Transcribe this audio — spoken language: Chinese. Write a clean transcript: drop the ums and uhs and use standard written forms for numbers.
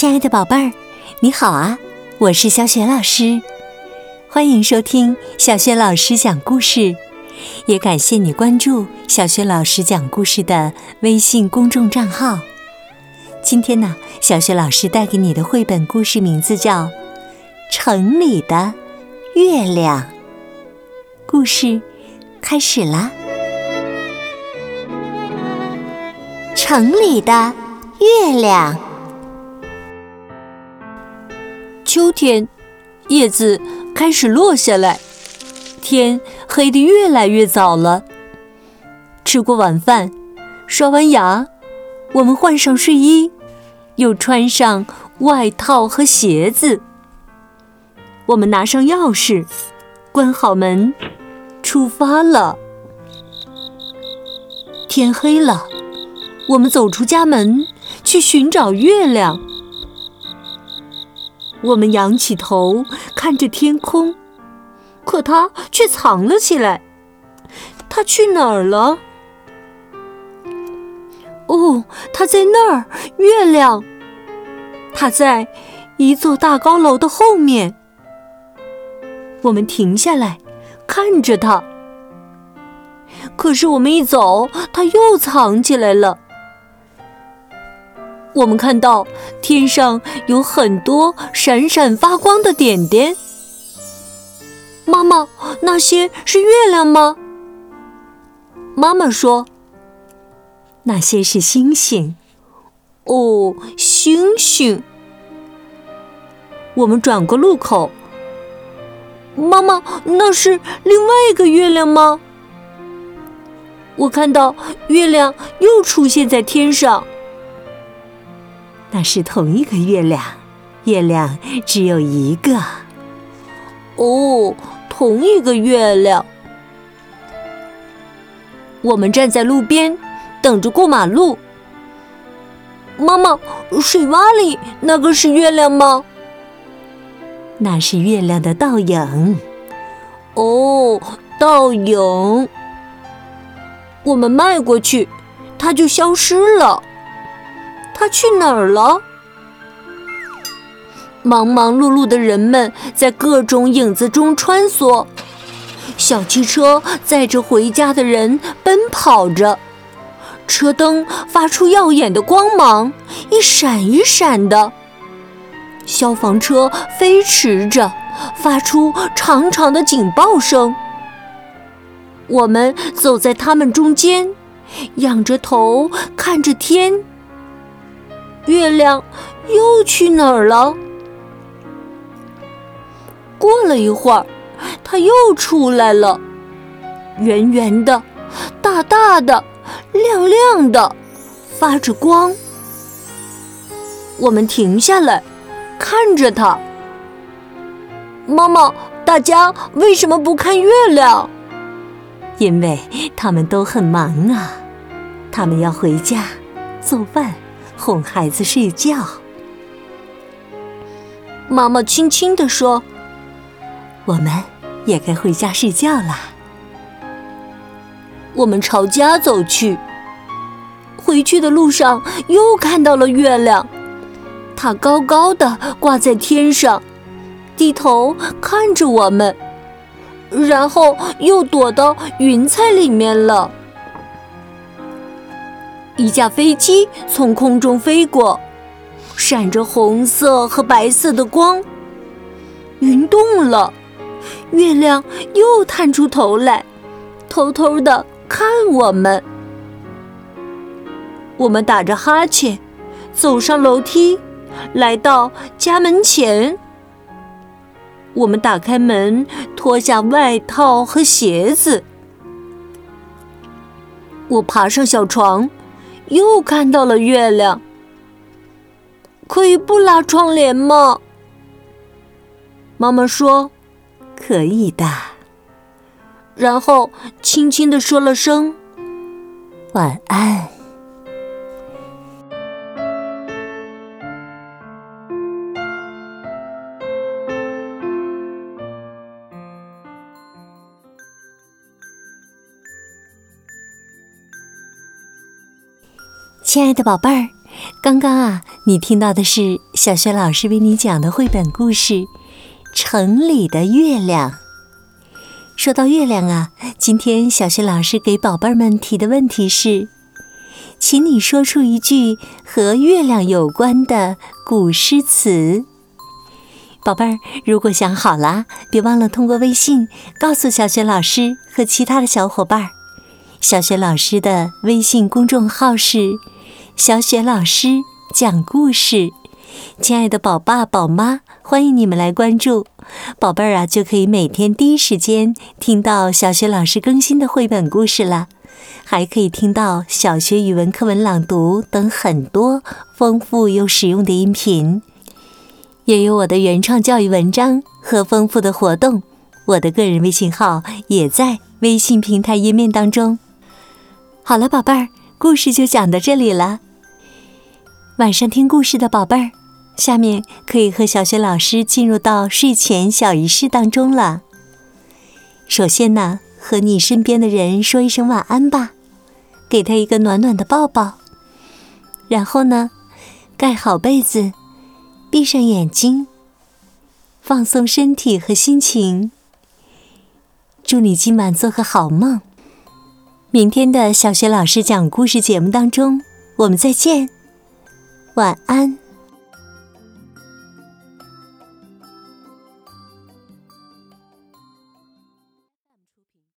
亲爱的宝贝儿，你好啊，我是小雪老师，欢迎收听小雪老师讲故事，也感谢你关注小雪老师讲故事的微信公众账号。今天呢，小雪老师带给你的绘本故事名字叫《城里的月亮》。故事开始啦！城里的月亮。秋天，叶子开始落下来，天黑得越来越早了。吃过晚饭，刷完牙，我们换上睡衣，又穿上外套和鞋子。我们拿上钥匙，关好门，出发了。天黑了，我们走出家门，去寻找月亮。我们仰起头看着天空，可它却藏了起来。它去哪儿了？哦，它在那儿，月亮。它在一座大高楼的后面。我们停下来，看着它。可是我们一走，它又藏起来了。我们看到天上有很多闪闪发光的点点。妈妈，那些是月亮吗？妈妈说，那些是星星。哦，星星。我们转过路口。妈妈，那是另外一个月亮吗？我看到月亮又出现在天上。那是同一个月亮，月亮只有一个。哦，同一个月亮。我们站在路边，等着过马路。妈妈，水洼里那个是月亮吗？那是月亮的倒影。哦，倒影。我们迈过去，它就消失了。它去哪儿了？忙忙碌碌的人们在各种影子中穿梭，小汽车载着回家的人奔跑着，车灯发出耀眼的光芒，一闪一闪的。消防车飞驰着，发出长长的警报声。我们走在他们中间，仰着头看着天。月亮又去哪儿了？过了一会儿，它又出来了，圆圆的，大大的，亮亮的，发着光。我们停下来，看着它。妈妈，大家为什么不看月亮？因为他们都很忙啊，他们要回家做饭，哄孩子睡觉。妈妈轻轻地说，我们也该回家睡觉啦。我们朝家走去，回去的路上又看到了月亮，它高高的挂在天上，低头看着我们，然后又躲到云彩里面了。一架飞机从空中飞过，闪着红色和白色的光。云动了，月亮又探出头来，偷偷地看我们。我们打着哈欠，走上楼梯，来到家门前。我们打开门，脱下外套和鞋子。我爬上小床，又看到了月亮。可以不拉窗帘吗？妈妈说，可以的。然后轻轻地说了声晚安。亲爱的宝贝儿， 刚刚你听到的是小雪老师为你讲的绘本故事《城里的月亮》。说到月亮今天小雪老师给宝贝们提的问题是，请你说出一句和月亮有关的古诗词。宝贝儿，如果想好了，别忘了通过微信告诉小雪老师和其他的小伙伴。小雪老师的微信公众号是小雪老师讲故事，亲爱的宝爸宝妈，欢迎你们来关注。宝贝儿就可以每天第一时间听到小雪老师更新的绘本故事了，还可以听到小学语文课文朗读等很多丰富又实用的音频，也有我的原创教育文章和丰富的活动。我的个人微信号也在微信平台页面当中。好了，宝贝儿，故事就讲到这里了。晚上听故事的宝贝儿，下面可以和小雪老师进入到睡前小仪式当中了。首先和你身边的人说一声晚安吧，给他一个暖暖的抱抱。然后盖好被子，闭上眼睛，放松身体和心情。祝你今晚做个好梦。明天的小雪老师讲故事节目当中，我们再见，晚安。